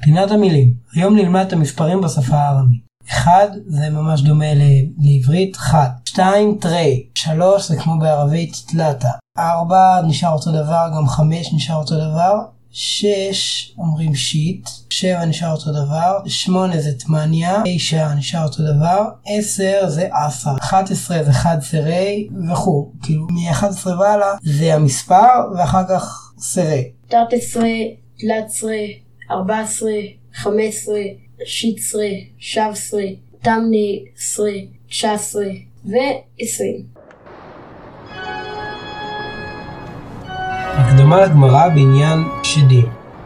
פינת המילים. היום נלמד את המספרים בשפה הארמית. 1 זה ממש דומה לעברית, 1. 2 תרי. 3 זה כמו בערבית תלתה. 4 נשאר אותו דבר, גם 5 נשאר אותו דבר. 6 אומרים שיט. 7 נשאר אותו דבר. 8 זה תמניה. 9 נשאר אותו דבר. 10 זה 10. 11 זה חד סרי וכו'. כאילו מ-11 והלאה זה המספר ואחר כך סרי. 11, 13, 14, 15, 16, 17, 18, 19 ו-20. הקדמה לגמרא בעניין שדים.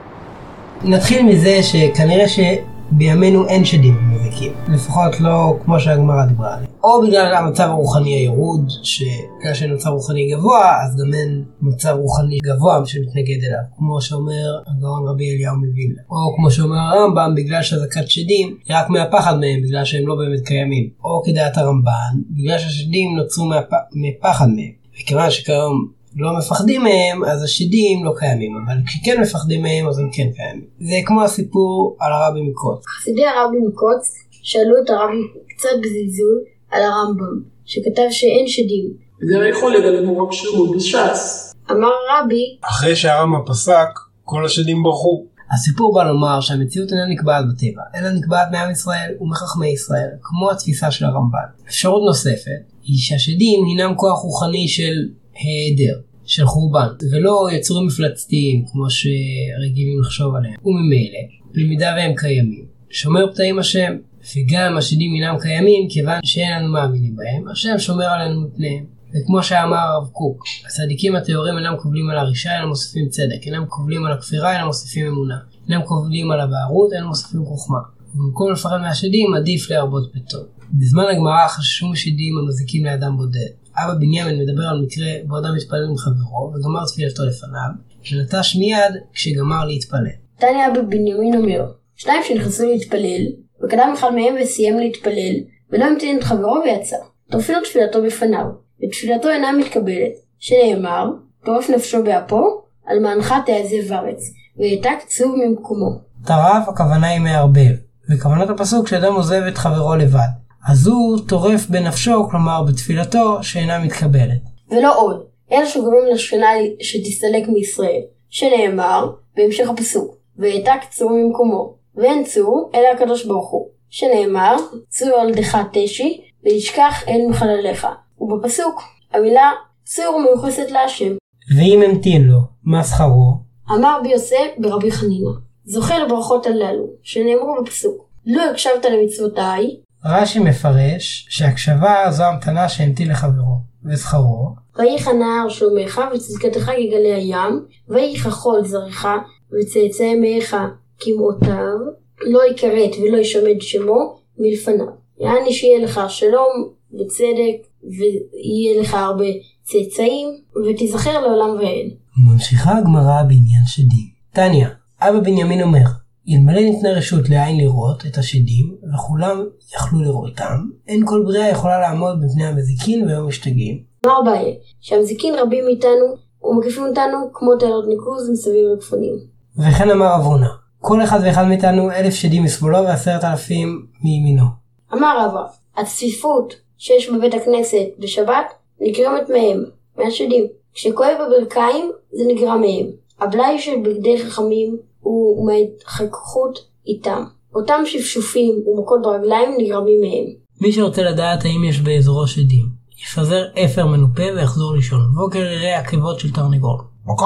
נתחיל מזה שכנראה שבימינו אין שדים מזיקים. לפחות לא כמו שהגמרא דיברה עליהם. או בגלל המצב הרוחני הירוד, שבגלל שאין מצב רוחני גבוה, אז גם אין מצב רוחני גבוה שמתנגד אליו. כמו שאומר הגאון רבי אליהו מווילנה. או כמו שאומר הרמב"ם, בגלל שהזקת שדים היא רק מהפחד מהם, בגלל שהם לא באמת קיימים. או כדעת הרמב"ן, בגלל שהשדים נוצרו מפחד מהם. וכיוון שכיום לא מפחדים מהם, אז השדים לא קיימים, אבל כשכן מפחדים מהם, אז הם כן קיימים. זה כמו הסיפור על הרבי מקוץ. חסידי הרבי מקוץ שאלו את הרבי קצת בזלזול על הרמב"ם, שכתב שאין שדים. זה יכול לגמור רק שירות בש"ס. אמר הרבי, אחרי שהרמב"ם פסק, כל השדים ברחו. הסיפור בא לומר שהמציאות אינה נקבעת בטבע, אלא נקבעת מעם ישראל ומחכמי ישראל, כמו התפיסה של הרמב"ן. אפשרות נוספת היא שהשדים הינם כוח רוחני של העדר, של חורבן, ולא יצורים מפלצתיים כמו שרגילים לחשוב עליהם. וממילא, במידה והם קיימים, שומר פתאים השם, וגם השדים אינם קיימים כיוון שאין לנו מאמינים בהם, השם שומר עלינו מפניהם. וכמו שאמר הרב קוק, הצדיקים הטהורים אינם קובלים על הרישה אלא מוסיפים צדק, אינם קובלים על הכפירה אלא מוסיפים אמונה, אינם קובלים על הבערות אלא מוסיפים חוכמה. ובמקום לפחד מהשדים עדיף להרבות בטוב. בזמן הגמרא חששו משדים המזיקים לאדם בודד. אבא בנימין מדבר על מקרה בו אדם מתפלל עם חברו וגמר תפילתו לפניו, שנטש מיד כשגמר להתפלל. תניא אבא בנימין אומר, 2 שנכנסו להתפלל, וקדם אחד מהם וסיים להתפלל, ולא המתין את חברו ויצא. טורפין לו תפילתו בפניו, ותפילתו אינה מתקבלת, שנאמר, טורף נפשו באפו, על מענך תעזב ארץ, והעתק צור ממקומו. טרף הכוונה היא מערבב, וכוונת הפסוק שאדם עוזב את חברו לבד. אז הוא טורף בנפשו, כלומר בתפילתו שאינה מתקבלת. ולא עוד, אלא שגורם לשכינה שתסתלק מישראל, שנאמר בהמשך הפסוק, והעתק צור ממקומו, ואין צור אלא הקדוש ברוך הוא, שנאמר צור על דך תשי וישכח אל מחלליך. ובפסוק המילה צור מיוחסת להשם. ואם המתין לו, מה שכרו? אמר רבי יוסף ברבי חנינא, זוכה לברכות הללו שנאמרו בפסוק, לא הקשבת למצוותיי. רש"י מפרש שהקשבה זו המתנה שהמתין לחברו, ושכרו, ויהי הנהר שלומך וצדקתך כגלי הים, ויהי חול זרעך וצאצאי מאיך כמעותיו, לא יכרת ולא ישמד שמו מלפניו. יעני שיהיה לך שלום וצדק, ויהיה לך הרבה צאצאים, ותיזכר לעולם ועד. ממשיכה הגמרא בעניין שדים. תניא, אבא בנימין אומר, אלמלא ניתנה רשות לעין לראות את השדים, וכולם יכלו לראותם, אין כל בריאה יכולה לעמוד בפני המזיקין והיום משתגעים. אמר אביי, שהמזיקין רבים מאיתנו ומקיפים אותנו כמו תעלות ניקוז מסביב לגפנים. וכן אמר רב הונא, כל אחד ואחד מאיתנו 1,000 שדים משמאלו ו10,000 מימינו. אמר רבא, הצפיפות שיש בבית הכנסת בשבת נגרמת מהם, מהשדים. כשכואב בברכיים זה נגרם מהם. הבלאי של בגדי חכמים הוא מההתחככות איתם. אותם שפשופים ומכות ברגליים נגרמים מהם. מי שרוצה לדעת האם יש באזורו שדים, יפזר אפר מנופה ויחזור לישון. בוקר יראה עקבות של תרנגול.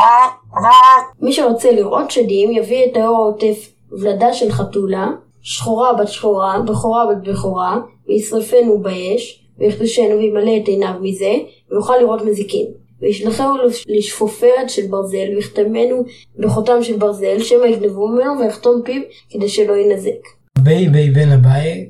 מי שרוצה לראות שדים יביא את האור העוטף ולדה של חתולה, שחורה בת שחורה, בחורה בת בחורה, וישרפנו באש, ויחדשנו וימלא את עיניו מזה, ויוכל לראות מזיקין. וישלחנו לשפופרת של ברזל, ויחתמנו בחותם של ברזל, שמא יגנבו ממנו ויחתום פיו כדי שלא ינזק. בי בן אביי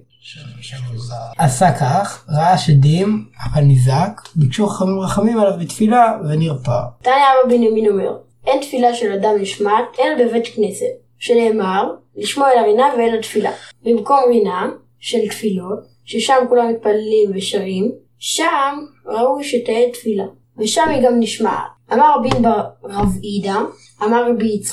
עשה כך, ראה שדים, אבל נזק, ביקשו חכמים רחמים עליו בתפילה ונרפא. תניא אבא בנימין אומר, אין תפילה של אדם נשמעת אלא בבית כנסת, שנאמר לשמוע אל הרינה ואל התפילה. במקום רינה של תפילות, ששם כולם מתפללים ושרים, שם ראוי שתהיה תפילה, ושם היא גם נשמעת. אמר רבי רב עידה, אמר רבי יצחק,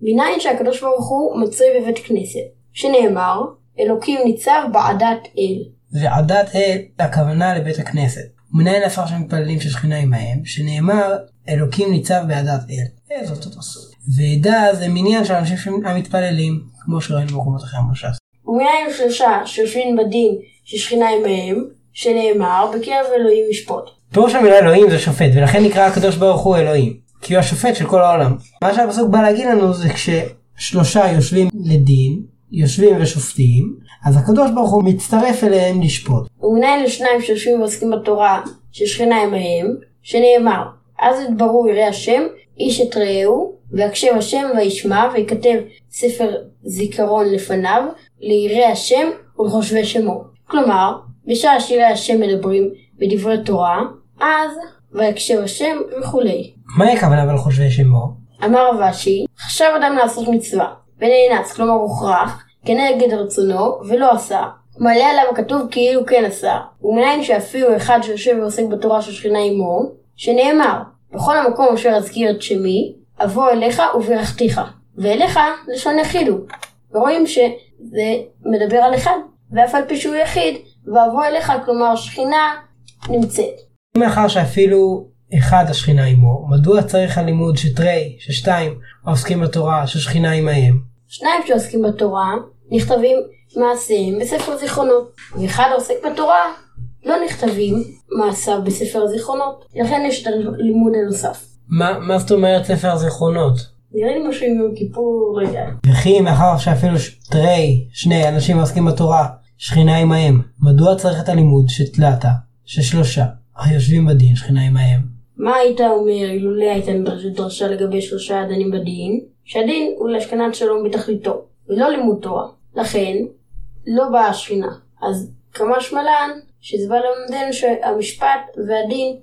מניין שהקדוש ברוך הוא מצוי בבית כנסת, שנאמר, אלוקים ניצב בעדת אל. ועדת אל, הכוונה לבית הכנסת. ומניין לאחר שמתפללים ששכינה עמהם, שנאמר, אלוקים ניצב בעדת אל. זאת אותו סוד. ועדה זה מניין של אנשים המתפללים, כמו שראינו במקומות אחרים בש"ס. ומניין שלושה שיושבים בדין ששכינה עמהם, שנאמר, בקרב אלוהים ישפוט. פירוש המילה אלוהים זה שופט, ולכן נקרא הקדוש ברוך הוא אלוהים, כי הוא השופט של כל העולם. מה שהפסוק בא להגיד לנו זה כששלושה יושבים לדין, יושבים ושופטים, אז הקדוש ברוך הוא מצטרף אליהם לשפוט. ומניין לשניים שיושבים ועוסקים בתורה ששכינה עמהם, שנאמר, אז ידברו יראי השם, איש את רעהו, ויקשב השם וישמע, ויכתב ספר זיכרון לפניו, ליראי השם ולחושבי שמו. כלומר, בשעה שיראי השם מדברים בדברי תורה, אז ויקשב השם וכולי. מה הכוונה אבל חושבי שמו? אמר רבשי, חשב אדם לעשות מצווה, ונאנס, כלומר הוכרח, כנגד רצונו, ולא עשה. מלא עליו הכתוב כאילו כן עשה. ומניין שאפילו אחד שיושב ועוסק בתורה של שכינה עמו, שנאמר, בכל המקום אשר אזכיר את שמי, אבוא אליך וברכתיך. ואליך לשון יחידו. ורואים שזה מדבר על אחד, ואף על פי שהוא יחיד, ואבוא אליך, כלומר שכינה נמצאת. מאחר שאפילו אחד השכינה עמו, מדוע צריך הלימוד שתרי, ששתיים, העוסקים בתורה ששכינה עמהם? שניים שעוסקים בתורה נכתבים מעשיהם בספר זיכרונות, ואחד העוסק בתורה לא נכתבים מעשיו בספר זיכרונות. לכן יש את הלימוד הנוסף. מה זאת אומרת ספר זיכרונות? נראה לי משהו עם יום כיפור רגע. וכי מאחר שאפילו תרי, שני אנשים העוסקים בתורה שכינה עמהם, מדוע צריך את הלימוד שתלתה, ששלושה היושבים בדין שכינה עמהם? מה היית אומר אילולא הייתה נדרשת דרשה לגבי שלושה הדנים בדין? שהדין הוא להשכנת שלום בתכליתו, ולא לימוד תורה. לכן לא באה השכינה. אז כמה שמלן שזה בא למדן שהמשפט והדין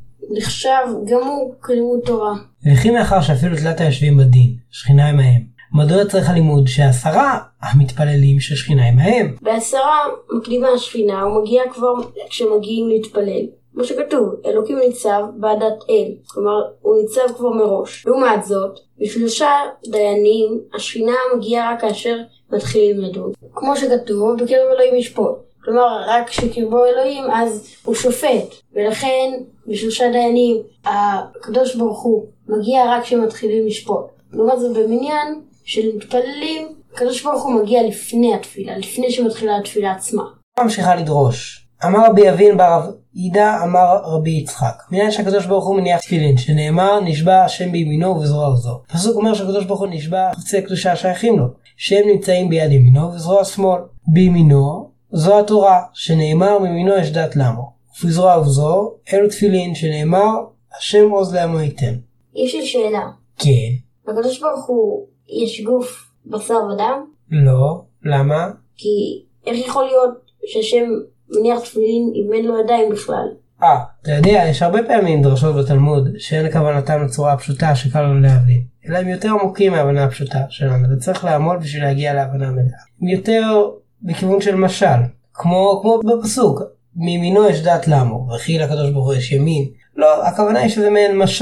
נחשב גם הוא כלימוד תורה. וכי מאחר שאפילו תלת היושבים בדין שכינה עמהם, מדוע צריך הלימוד שעשרה המתפללים ששכינה עמהם? בעשרה מקדימה השכינה ומגיעה כבר כשמגיעים להתפלל. כמו שכתוב, אלוקים ניצב בעדת אל, כלומר הוא ניצב כבר מראש. לעומת זאת, בשלושה דיינים השכינה מגיעה רק כאשר מתחילים לדון. כמו שכתוב, בקרב אלוהים ישפוט. כלומר, רק כשקרבו אלוהים אז הוא שופט. ולכן בשלושה דיינים הקדוש ברוך הוא מגיע רק כשמתחילים לשפוט. לעומת זאת במניין של מתפללים, הקדוש ברוך הוא מגיע לפני התפילה, לפני שמתחילה התפילה עצמה. ממשיכה לדרוש. אמר רבי אבין בר יהודה אמר רבי יצחק, מניין שהקדוש ברוך הוא מניח תפילין, שנאמר נשבע השם בימינו ובזרוע זו. הפסוק אומר שהקדוש ברוך הוא נשבע חפצי קדושה שייכים לו, שהם נמצאים ביד ימינו וזרוע שמאל. בימינו זו התורה, שנאמר מימינו יש דת למו, ובזרוע זו אלו תפילין, שנאמר השם עוז לעמו ייתן. יש לי שאלה. כן. הקדוש ברוך הוא יש גוף בשר ודם? לא. למה? כי איך יכול להיות שהשם מניח תפילין אם אין לו ידיים בכלל? אתה יודע, יש הרבה פעמים דרשות בתלמוד שאין לכוונתם לצורה הפשוטה שקל לנו להבין, אלא הם יותר עמוקים מההבנה הפשוטה שלנו, וצריך לעמוד בשביל להגיע להבנה מלאה. הם יותר בכיוון של משל, כמו בפסוק, מימינו יש דת למו, וכי לקדוש ברוך הוא יש ימין. לא, הכוונה היא שזה מעין משל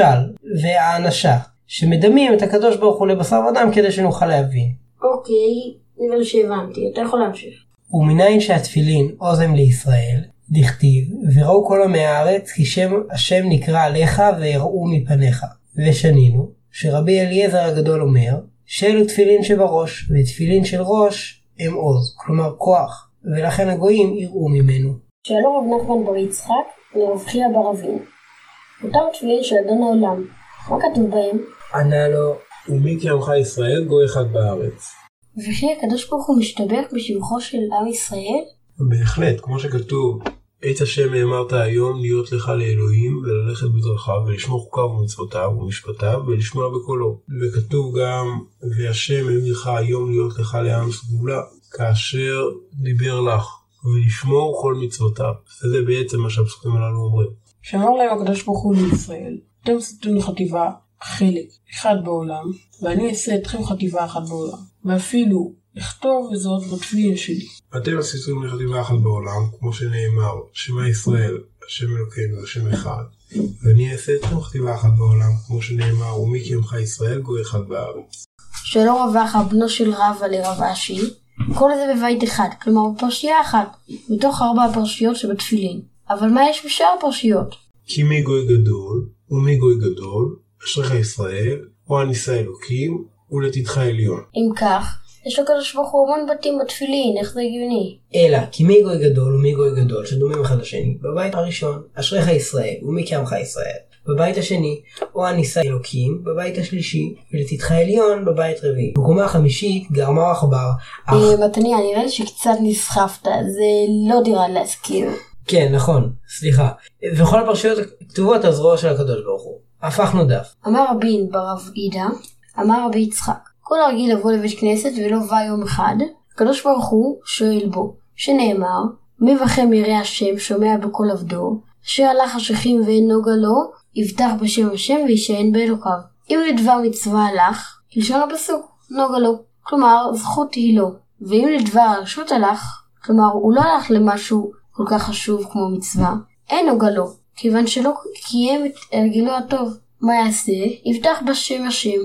והאנשה, שמדמים את הקדוש ברוך הוא לבשר ודם כדי שנוכל להבין. אוקיי, נראה לי שהבנתי, אתה יכול להמשיך. ומניין שהתפילין עוזם לישראל, דכתיב, וראו כל עמי הארץ כי שם השם נקרא עליך ויראו מפניך. ושנינו, שרבי אליעזר הגדול אומר, שאלו תפילין שבראש, ותפילין של ראש הם עוז, כלומר כוח, ולכן הגויים יראו ממנו. שאלו רב נחמן בר יצחק לרב חייא בר אבין, אותם תפילין של אדון העולם, מה כתוב בהם? ענה לו, ומי כי עמך ישראל גוי אחד בארץ. וכי הקדוש ברוך הוא משתבח בשבחו של עם ישראל? בהחלט, כמו שכתוב, את השם האמרת היום להיות לך לאלוהים וללכת בדרכיו ולשמור חוקיו ומצוותיו ומשפטיו ולשמוע בקולו. וכתוב גם, והשם האמרך היום להיות לך לעם סגולה, כאשר דיבר לך, ולשמור כל מצוותיו. זה בעצם מה שהפסוקים הללו אומרים. שאמר להם הקדוש ברוך הוא לישראל, אתם סתון חטיבה חלק אחד בעולם, ואני אעשה אתכם חטיבה אחת בעולם, ואפילו לכתוב זאת בתפילין שלי. אתם עשיתם לחטיבה אחת בעולם, כמו שנאמר, שמע ישראל, השם אלוקינו, השם אחד, ואני אעשה אתכם חטיבה אחת בעולם, כמו שנאמר, ומי כי עמך ישראל גוי אחד בארץ. שלא רווח בנו של רבא לרב אשי, כל זה בבית אחד, כלומר בפרשייה אחת, מתוך 4 פרשיות שבתפילין. אבל מה יש בשאר הפרשיות? כי מי גוי גדול, ומי גוי גדול, אשריך ישראל, או הנישא אלוקים, ולתתך עליון. אם כך, יש לקדוש ברוך הוא המון בתים בתפילין, איך זה הגיוני? אלא, כי מי גוי גדול ומי גוי גדול שדומים אחד לשני, בבית הראשון, אשריך ישראל, ומי כעמך ישראל, בבית השני, או הנישא אלוקים, בבית השלישי, ולתתך עליון, בבית רביעי. בקומה החמישית, גרמה עכבר, מתניה, נראה לי שקצת נסחפת, זה לא דירה להזכיר. כן, נכון, סליחה. וכל הפרשיות כתובות על זרוע של הקדוש ברוך הוא. הפכנו דף. אמר רבין ברב עידה, אמר רבי יצחק, כל הרגיל לבוא לבית כנסת ולא בא יום אחד, הקדוש ברוך הוא שואל בו, שנאמר, מי בכם ירא השם שומע בכל עבדו, אשר הלך השכים ואין נוגה לו, יבטח בשם השם וישען באלוקיו. אם לדבר מצווה הלך, כלשון הפסוק, נוגה לו, כלומר זכות היא לו. ואם לדבר הרשות הלך, כלומר הוא לא הלך למשהו כל כך חשוב כמו מצווה, אין נוגה לו, כיוון שלא קיים את הרגילו הטוב. מה יעשה? יבטח בשם השם.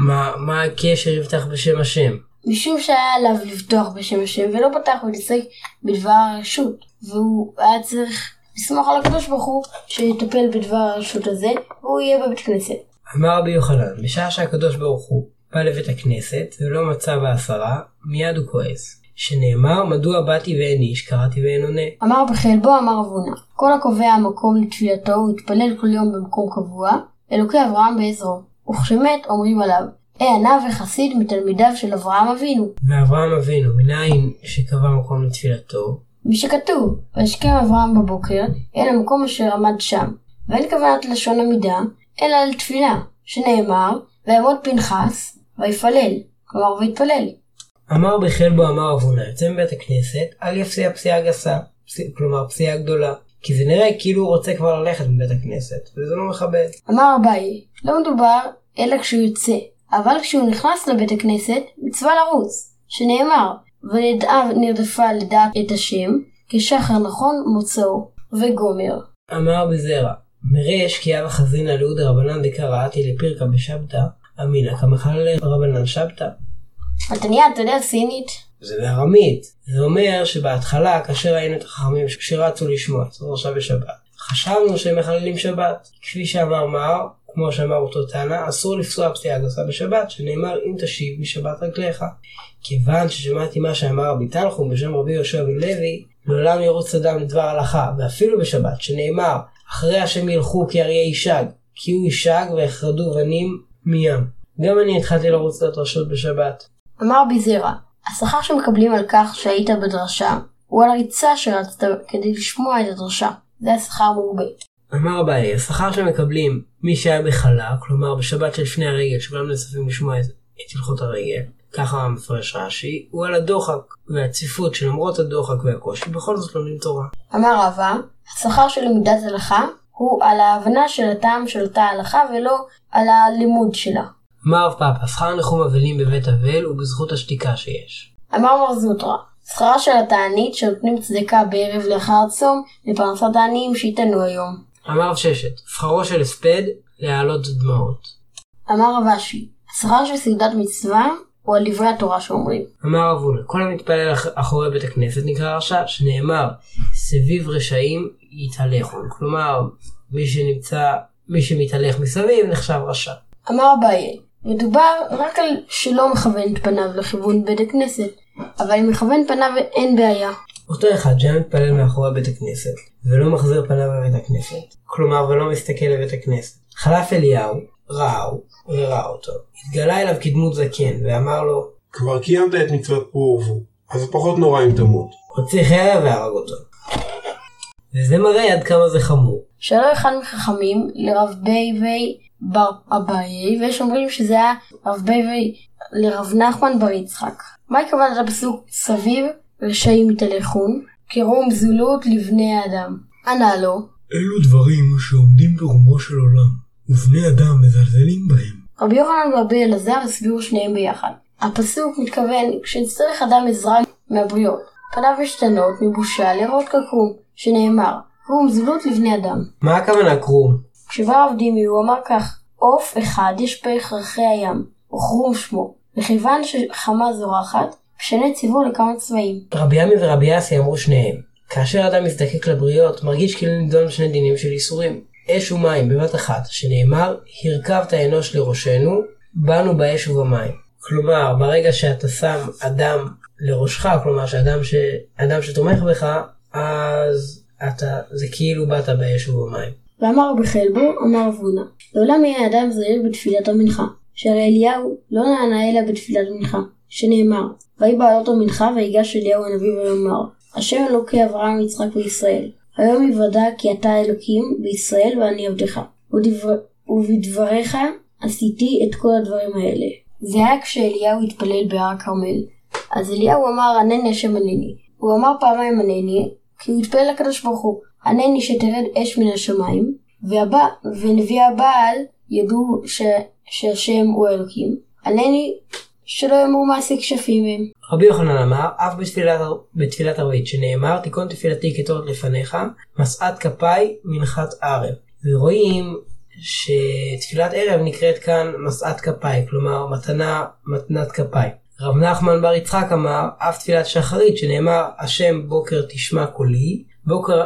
מה הקשר יבטח בשם השם? משום שהיה עליו לבטוח בשם השם ולא פתח ולעסק בדבר הרשות, והוא היה צריך לסמוך על הקדוש ברוך הוא שיטפל בדבר הרשות הזה, והוא יהיה בבית כנסת. אמר רבי יוחנן, בשעה שהקדוש ברוך הוא בא לבית הכנסת ולא מצא בעשרה, מיד הוא כועס. שנאמר, מדוע באתי ואין איש, קראתי ואין עונה. אמר בחלבו, אמר אבונה, כל הקובע המקום לתפילתו, הוא יתפלל כל יום במקום קבוע, אלוקי אברהם בעזרו. וכשמת אומרים עליו, ענה וחסיד מתלמידיו של אברהם אבינו. מאברהם אבינו, מנין שקבע מקום לתפילתו? משכתוב, וישכם אברהם בבוקר אל המקום אשר עמד שם, ואין כוונת לשון עמידה, אלא לתפילה, שנאמר, ויעמוד פנחס, ויפלל, כלומר ויתפלל. אמר בחלבו, אמר אבונה, יוצא מבית הכנסת, אל יפסיע פסיעה גסה, כלומר פסיעה גדולה, כי זה נראה כאילו הוא רוצה כבר ללכת מבית הכנסת, וזה לא מכבד. אמר אביי, לא מדובר אלא כשהוא יוצא, אבל כשהוא נכנס לבית הכנסת, מצווה לרוץ, שנאמר, ונדעה נרדפה לדעת את השם, כשחר נכון מוצאו, וגומר. אמר בזרע, מרש כי אבא חזינה לאוד רבנן דקראתי לפירקה בשבתא, אמינא כמחלל רבנן שבתא. מתניה, אתה יודע סינית? זה בארמית. זה אומר שבהתחלה, כאשר ראינו את החכמים שרצו לשמוע את דרשה בשבת, חשבנו שהם מחללים שבת. כפי שאמר מר, כמו שאמר אותו תנא, אסור לפסוע פסיעה גסה בשבת, שנאמר אם תשיב משבת רגליך. כיוון ששמעתי מה שאמר רבי תנחום בשם רבי יהושע בן לוי, לעולם ירוץ אדם לדבר הלכה, ואפילו בשבת, שנאמר אחרי השם ילכו כי אריה ישג, כי הוא ישג ויחרדו בנים מים. גם אני התחלתי לרוץ לדרשות בשבת. אמר בזרע, השכר שמקבלים על כך שהיית בדרשה, הוא על הריצה שרצת כדי לשמוע את הדרשה. זה השכר מרובה. אמר אביי, השכר שמקבלים מי שהיה בחלה, כלומר בשבת שלפני הרגל, שכולם נצפים לשמוע את הלכות הרגל, ככה מפרש רש"י, הוא על הדוחק והציפות שלמרות הדוחק והקושי, בכל זאת לומדים תורה. אמר רבא, השכר של למידת הלכה הוא על ההבנה של הטעם של אותה הלכה ולא על הלימוד שלה. אמר רב פאפא, שכר ניחום אבלים בבית אבל הוא בזכות השתיקה שיש. אמר מר זוטרא, שכרה של התענית שנותנים צדקה בערב לאחר צום לפרנסת העניים שיתנו היום. אמר רב ששת, שכרו של הספד להעלות דמעות. אמר רב אשי, השכר של סעודת מצווה הוא על דברי התורה שאומרים. אמר רב הונא, כל המתפלל אחורי בית הכנסת נקרא רשע, שנאמר סביב רשעים יתהלכו, כלומר מי שמתהלך מסביב נחשב רשע. אמר אביי, מדובר רק על שלא מכוון את פניו לכיוון בית הכנסת, אבל אם מכוון פניו אין בעיה. אותו אחד שהיה מתפלל מאחורי בית הכנסת ולא מחזיר פניו לבית הכנסת, כלומר ולא מסתכל לבית הכנסת, חלף אליהו, ראהו וראה אותו, התגלה אליו כדמות זקן ואמר לו, כבר קיימת את מצוות פרו ורבו, אז פחות נורא אם תמות. הוציא חרב והרג אותו. וזה מראה עד כמה זה חמור. שלא אחד מחכמים לרב בייבי בר אביי, ויש אומרים שזה היה רב בייבי לרב נחמן בר יצחק. מה הכוונת הפסוק סביב רשעים יתהלכון? קרום זולות לבני האדם. ענה לו, אלו דברים שעומדים ברומו של עולם, ובני אדם מזלזלים בהם. רבי יוחנן ורבי אלעזר הסבירו שניהם ביחד. הפסוק מתכוון כשצריך אדם עזרה מהבריות, פניו משתנות מבושה לראות כקרום, שנאמר קרום זולות לבני אדם. מה הכוונה קרום? כשבא רב דימי הוא אמר כך, עוף אחד יש בהכרחי הים, וכרום שמו, וכיוון שחמה זורחת, משנה ציוו לכמה צבעים. רבי עמי ורבי אסי אמרו שניהם, כאשר אדם מזדקק לבריות, מרגיש כאילו נידון בשני דינים של איסורים. אש ומים בבת אחת, שנאמר, הרכבת האנוש לראשנו, באנו באש ובמים. כלומר, ברגע שאתה שם אדם לראשך, כלומר שאדם שתומך בך, אז זה כאילו באת באש ובמים. ואמר בחלבו, אמר אבונה, לעולם יהיה אדם זהיר בתפילת המנחה, שהרי אליהו לא נענה אלא בתפילת המנחה, שנאמר, ויהי בעלות המנחה ויגש אליהו הנביא ויאמר, השם אלוקי אברהם יצחק וישראל, היום יוודע כי אתה אלוקים בישראל ואני עבדך, ובדבריך עשיתי את כל הדברים האלה. זה היה כשאליהו התפלל בהר הכרמל. אז אליהו אמר, ענני השם ענני. הוא אמר פעמיים ענני, כי הוא התפלל לקדוש ברוך הוא, ענני שתרד אש מן השמיים, ונביא הבעל ידעו שהשם הוא אלוקים, ענני שלא יאמרו מעשי כשפים הם. רבי יוחנן אמר, אף בתפילת ערבית, שנאמר, תיקון תפילתי כתורת לפניך, משאת כפיי מנחת ערב. ורואים שתפילת ערב נקראת כאן משאת כפיי, כלומר מתנת כפיי. רב נחמן בר יצחק אמר, אף תפילת שחרית, שנאמר, השם בוקר תשמע קולי, בוקר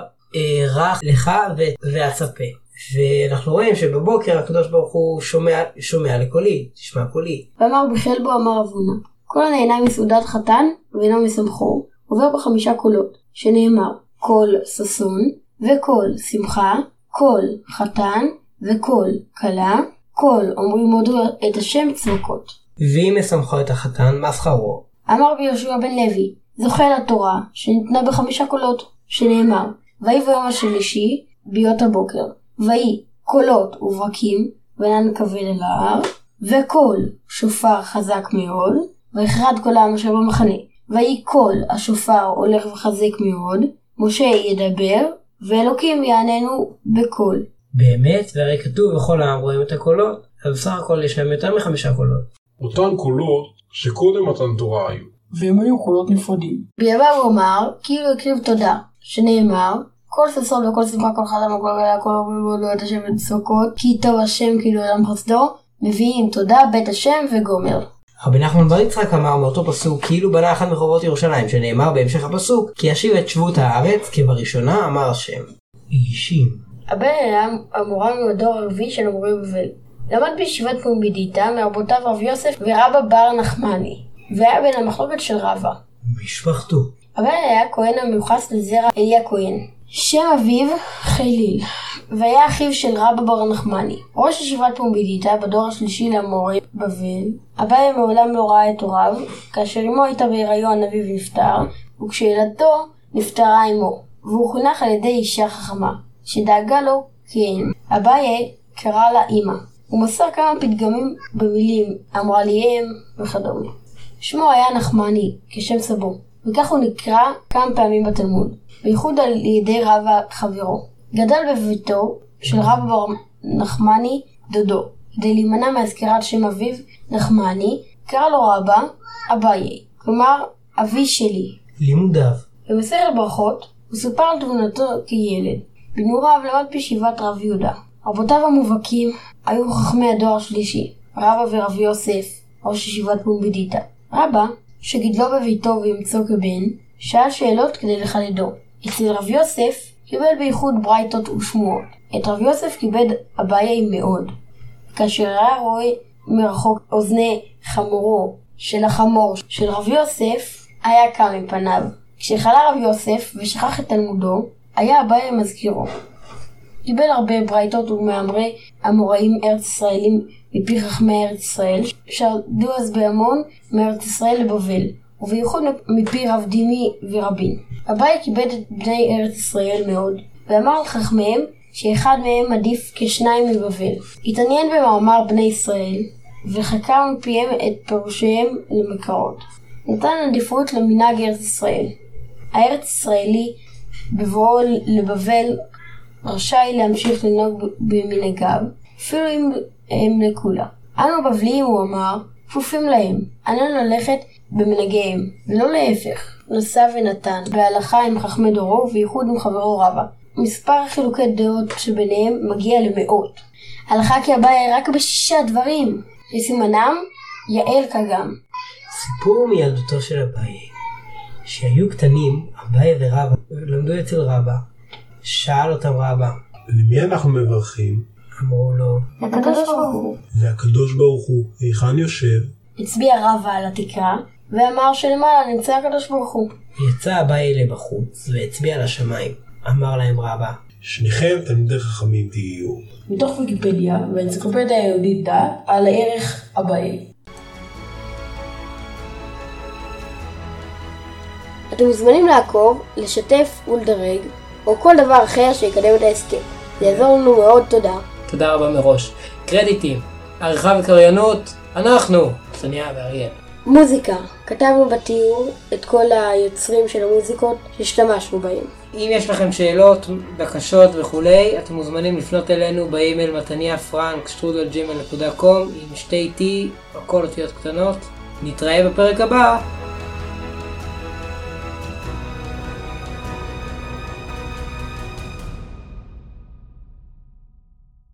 רך לך ואצפה. ואנחנו רואים שבבוקר הקדוש ברוך הוא שומע לקולי, תשמע קולי. ואמר בחלבו אמר אבונה, כל הנהנה מסעודת חתן ואינו משמחו, עובר ב5 קולות, שנאמר, קול ששון, וקול שמחה, קול חתן, וקול כלה, קול אומרים הודו את השם צבקות. ואם משמחו את החתן, מה שכרו? אמר ביהושע בן לוי, זוכה לתורה, שניתנה ב5 קולות, שנאמר, ויהי ביום השלישי, ביות הבוקר, ויהי קולות וברקים, ונען כבד אל ההר, וקול שופר חזק מאוד, והחרד כל העם אשר במחנה, ויהי קול השופר הולך וחזק מאוד, משה ידבר, ואלוקים יעננו בקול. באמת, והרי כתוב וכל העם רואים את הקולות, אז בסך הכל יש להם יותר מ5 קולות. אותן קולות שקודם מתן תורה היו. והם היו קולות נפרדים. ביבא הוא אמר, כאילו הקריב תודה, שנאמר, כל ששון וכל שמחה כל חדם וכל גלה כל אומרים הודו את השם וצבקות, כי טוב השם כי לעולם חסדו, מביאים תודה בית השם וגומר. רבי נחמן בר יצחק אמר מאותו פסוק, כאילו בנה אחד מחורבות ירושלים, שנאמר בהמשך הפסוק, כי ישיב את שבות הארץ, כבראשונה אמר השם. אישים. הבן היה המורה מהדור הרביעי של המורה בבל. למד בישיבת פומבידיתא מארבותיו רב יוסף ורבא בר נחמני, והיה בן המחלוקת של רבא. משפחתו. הבן היה כהן המיוחס לזרע עלי הכהן. שם אביו חיליל, והיה אחיו של רבא בר נחמני, ראש ישיבת פומבידיתא בדור השלישי למורה בבל. אביי מעולם לא ראה את הוריו, כאשר אמו הייתה בהיריון אביו נפטר, וכשילדתו נפטרה אמו, והוא חונך על ידי אישה חכמה, שדאגה לו כאם. אביי קרא לה אמא, הוא מסר כמה פתגמים במילים, אמרה לי אם וכדומה. שמו היה נחמני, כשם סבו, וכך הוא נקרא כמה פעמים בתלמוד, בייחוד על ידי רבא חברו. גדל בביתו של רבא בר נחמני דודו, כדי להימנע מהזכירת שם אביו נחמני, קרא לו רבא אביי, כלומר אבי שלי. לימודיו. במסכת ברכות הוא סופר על תבונתו כילד. בנעוריו למד בישיבת רב יהודה. רבותיו המובהקים היו חכמי הדור השלישי, רבא ורב יוסף, ראש ישיבת פומבידיתא. רבא, שגידלו בביתו וימצאו כבן, שאל שאלות כדי לחדדו. אצל רב יוסף קיבל בייחוד ברייתות ושמועות. את רב יוסף כיבד אביי מאוד. כאשר היה רואה מרחוק אוזני חמורו של החמור של רב יוסף, היה קם מפניו. כשחלה רב יוסף ושכח את תלמודו, היה אביי מזכירו. קיבל הרבה ברייתות ומאמרי אמוראים ארץ ישראלים מפי חכמי ארץ ישראל, שרדו אז בהמון מארץ ישראל לבבל, ובייחוד מפי רב דימי ורבין. אביי כיבד את בני ארץ ישראל מאוד, ואמר על חכמיהם שאחד מהם עדיף כשניים מבבל. התעניין במאמר בני ישראל, וחקר מפיהם את פירושיהם למקראות. נתן עדיפות למנהג ארץ ישראל. הארץ ישראלי בבואו לבבל רשאי להמשיך לנהוג במנהגיו, אפילו אם הם לקולה. אנו בבליים, הוא אמר, כפופים להם, עלינו ללכת במנהגיהם, ולא להפך. נשא ונתן, בהלכה עם חכמי דורו וייחוד עם חברו רבא. מספר חילוקי דעות שביניהם מגיע למאות. הלכה כי אביי רק ב6 דברים, לסימנם יעל קגם. סיפור מילדותו של אביי. שהיו קטנים, אביי ורבא למדו אצל רבא. שאל אותם רבא, למי אנחנו מברכים? אמרו לו, לקדוש ברוך הוא. והקדוש ברוך הוא, היכן יושב? הצביע רבא על התקרה, ואמר שלמעלה נמצא הקדוש ברוך הוא. יצא אביי לבחוץ והצביע לשמיים. אמר להם רבא, שניכם תלמידי חכמים תהיו. מתוך ויקיפדיה ואנציקלופדיה היהודית דת על הערך אביי. אתם מוזמנים לעקוב, לשתף ולדרג, או כל דבר אחר שיקדם את ההסכם. זה יעזור לנו מאוד, תודה. תודה רבה מראש. קרדיטים, עריכה וקריינות, אנחנו, סניה ואריאל. מוזיקה, כתבנו בתיאור את כל היוצרים של המוזיקות שהשתמשנו בהם. אם יש לכם שאלות, בקשות וכולי, אתם מוזמנים לפנות אלינו באימייל mataniafrank@gmail.com עם 2T, הכל אותיות קטנות. נתראה בפרק הבא.